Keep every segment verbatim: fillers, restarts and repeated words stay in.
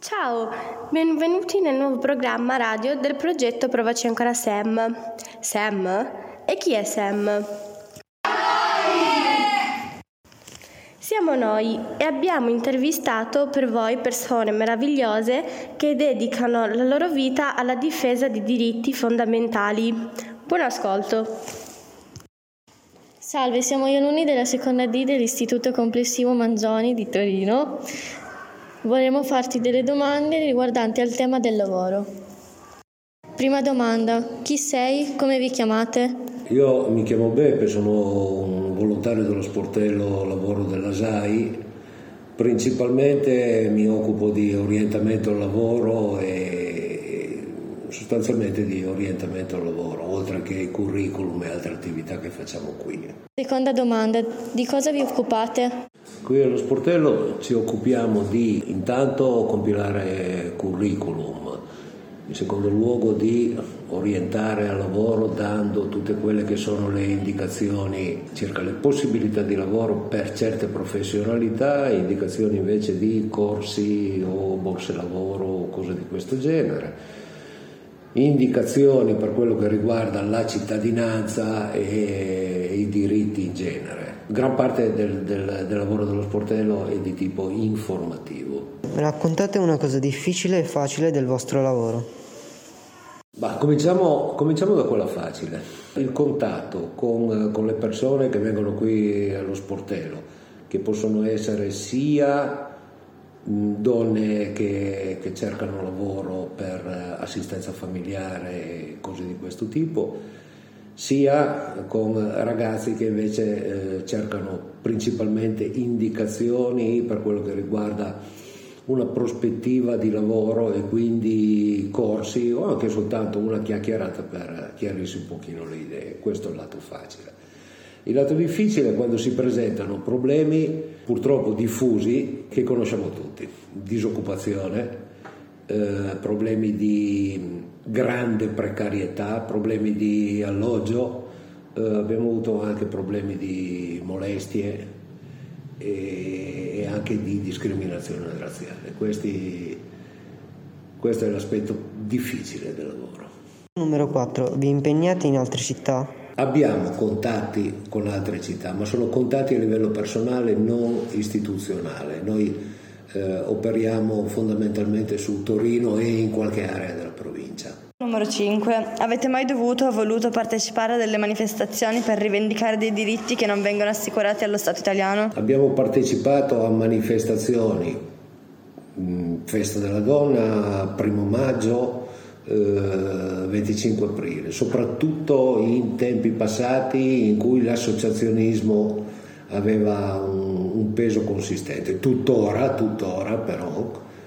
Ciao, benvenuti nel nuovo programma radio del progetto Provaci ancora Sam. Sam? E chi è Sam? Siamo noi e abbiamo intervistato per voi persone meravigliose che dedicano la loro vita alla difesa di diritti fondamentali. Buon ascolto. Salve, siamo gli alunni della seconda D dell'Istituto Complessivo Manzoni di Torino. Vorremmo farti delle domande riguardanti al tema del lavoro. Prima domanda, chi sei? Come vi chiamate? Io mi chiamo Beppe, sono un volontario dello sportello lavoro della S A I. Principalmente mi occupo di orientamento al lavoro e sostanzialmente di orientamento al lavoro, oltre che i curriculum e altre attività che facciamo qui. Seconda domanda, di cosa vi occupate? Qui allo sportello ci occupiamo di intanto compilare curriculum, in secondo luogo di orientare al lavoro dando tutte quelle che sono le indicazioni circa le possibilità di lavoro per certe professionalità, indicazioni invece di corsi o borse lavoro o cose di questo genere, indicazioni per quello che riguarda la cittadinanza e i diritti in genere. Gran parte del, del, del lavoro dello sportello è di tipo informativo. Raccontate una cosa difficile e facile del vostro lavoro. Bah, cominciamo, cominciamo da quella facile. Il contatto con, con le persone che vengono qui allo sportello, che possono essere sia donne che, che cercano lavoro per assistenza familiare e cose di questo tipo, sia con ragazzi che invece eh, cercano principalmente indicazioni per quello che riguarda una prospettiva di lavoro e quindi corsi o anche soltanto una chiacchierata per chiarirsi un pochino le idee. Questo è il lato facile. Il lato difficile è quando si presentano problemi purtroppo diffusi che conosciamo tutti: disoccupazione, eh, problemi di grande precarietà, problemi di alloggio, eh, abbiamo avuto anche problemi di molestie e, e anche di discriminazione razziale. Questi, questo è l'aspetto difficile del lavoro. Numero quattro. Vi impegnate in altre città? Abbiamo contatti con altre città, ma sono contatti a livello personale, non istituzionale. Noi eh, operiamo fondamentalmente su Torino e in qualche area della provincia. Numero cinque. Avete mai dovuto o voluto partecipare a delle manifestazioni per rivendicare dei diritti che non vengono assicurati allo Stato italiano? Abbiamo partecipato a manifestazioni, mh, Festa della Donna, Primo Maggio, venticinque aprile, soprattutto in tempi passati in cui l'associazionismo aveva un, un peso consistente. Tuttora, tuttora però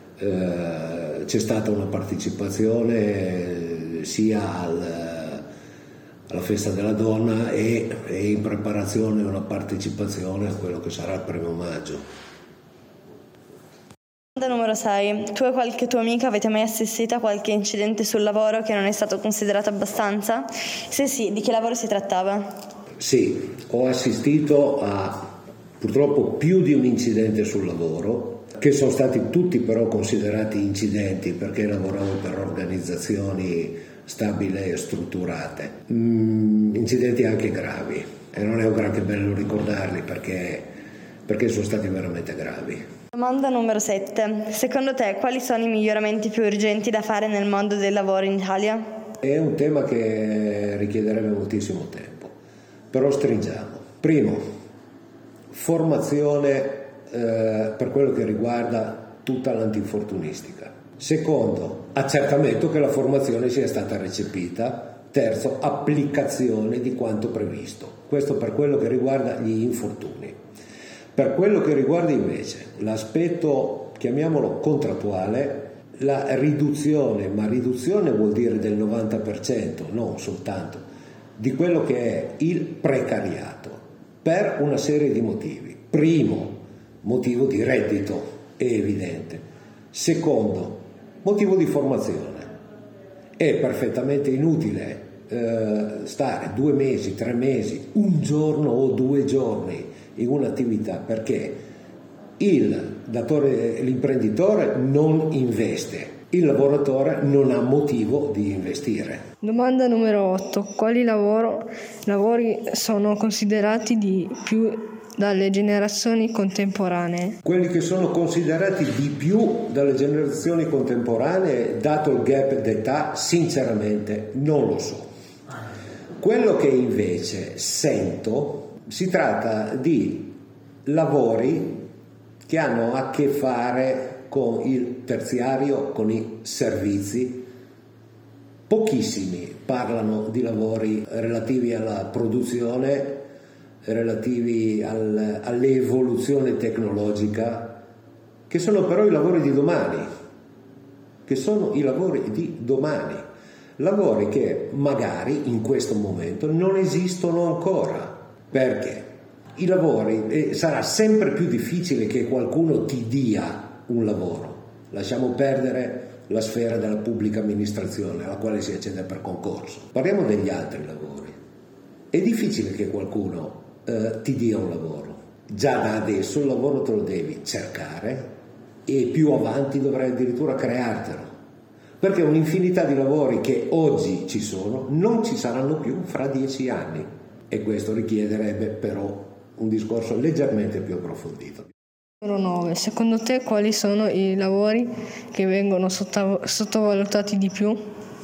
eh, c'è stata una partecipazione sia al, alla Festa della Donna e, e in preparazione una partecipazione a quello che sarà il Primo Maggio. Numero sei. Tu e qualche tua amica avete mai assistito a qualche incidente sul lavoro che non è stato considerato abbastanza? Se sì, di che lavoro si trattava? Sì, ho assistito a purtroppo più di un incidente sul lavoro, che sono stati tutti però considerati incidenti perché lavoravo per organizzazioni stabili e strutturate. Mm, incidenti anche gravi, e non è un granché bello ricordarli perché, perché sono stati veramente gravi. Domanda numero sette. Secondo te quali sono i miglioramenti più urgenti da fare nel mondo del lavoro in Italia? È un tema che richiederebbe moltissimo tempo, però stringiamo. Primo, formazione eh, per quello che riguarda tutta l'antinfortunistica. Secondo, accertamento che la formazione sia stata recepita. Terzo, applicazione di quanto previsto. Questo per quello che riguarda gli infortuni. Per quello che riguarda invece l'aspetto, chiamiamolo contrattuale, la riduzione, ma riduzione vuol dire del novanta per cento, non soltanto, di quello che è il precariato, per una serie di motivi. Primo, motivo di reddito, è evidente. Secondo, motivo di formazione. È perfettamente inutile eh, stare due mesi, tre mesi, un giorno o due giorni in un'attività perché il datore, l'imprenditore non investe, il lavoratore non ha motivo di investire. Domanda numero otto. Quali lavoro, lavori sono considerati di più dalle generazioni contemporanee? Quelli che sono considerati di più dalle generazioni contemporanee, dato il gap d'età, sinceramente non lo so. Quello che invece sento, si tratta di lavori che hanno a che fare con il terziario, con i servizi. Pochissimi parlano di lavori relativi alla produzione, relativi al, all'evoluzione tecnologica, che sono però i lavori di domani, che sono i lavori di domani, lavori che magari in questo momento non esistono ancora. Perché? I lavori, eh, sarà sempre più difficile che qualcuno ti dia un lavoro. Lasciamo perdere la sfera della pubblica amministrazione alla quale si accede per concorso. Parliamo degli altri lavori. È difficile che qualcuno eh, ti dia un lavoro. Già da adesso il lavoro te lo devi cercare e più avanti dovrai addirittura creartelo. Perché un'infinità di lavori che oggi ci sono non ci saranno più fra dieci anni. E questo richiederebbe però un discorso leggermente più approfondito. Numero nove. Secondo te quali sono i lavori che vengono sotto, sottovalutati di più?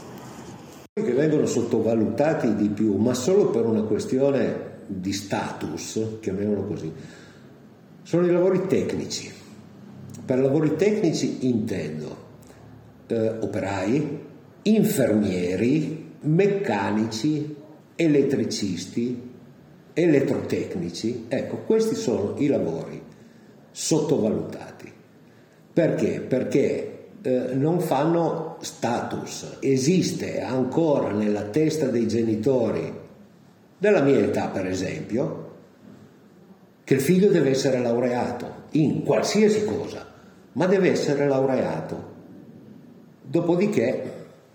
Che vengono sottovalutati di più, ma solo per una questione di status, chiamiamolo così, sono i lavori tecnici. Per lavori tecnici intendo eh, operai, infermieri, meccanici, elettricisti, elettrotecnici. Ecco, questi sono i lavori sottovalutati. Perché? Perché eh, non fanno status. Esiste ancora nella testa dei genitori della mia età, per esempio, che il figlio deve essere laureato in qualsiasi cosa, ma deve essere laureato. Dopodiché,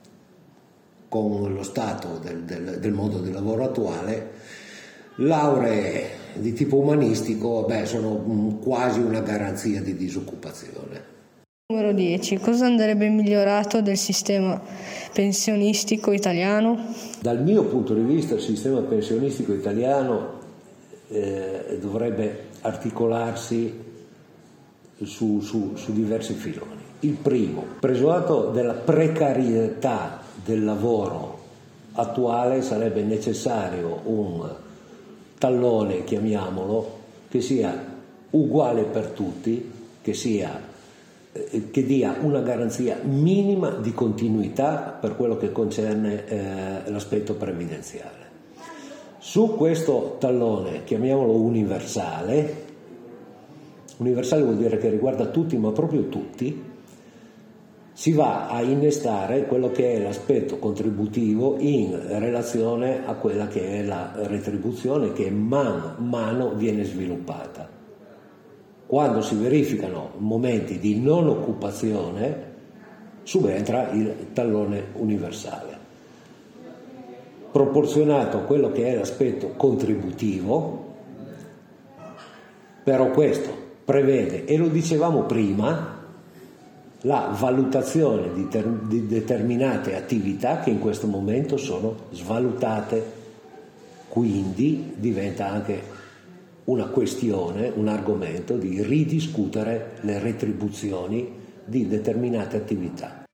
con lo stato del, del, del mondo del lavoro attuale, lauree di tipo umanistico beh, sono quasi una garanzia di disoccupazione. Numero dieci. Cosa andrebbe migliorato del sistema pensionistico italiano? Dal mio punto di vista il sistema pensionistico italiano eh, dovrebbe articolarsi su, su, su diversi filoni. Il primo, preso atto della precarietà del lavoro attuale, sarebbe necessario un tallone, chiamiamolo, che sia uguale per tutti, che sia eh, che dia una garanzia minima di continuità per quello che concerne eh, l'aspetto previdenziale. Su questo tallone, chiamiamolo universale, universale vuol dire che riguarda tutti, ma proprio tutti, si va a innestare quello che è l'aspetto contributivo in relazione a quella che è la retribuzione che man mano viene sviluppata. Quando si verificano momenti di non occupazione, subentra il tallone universale. Proporzionato a quello che è l'aspetto contributivo, però questo prevede, e lo dicevamo prima, la valutazione di, ter- di determinate attività che in questo momento sono svalutate, quindi diventa anche una questione, un argomento di ridiscutere le retribuzioni di determinate attività.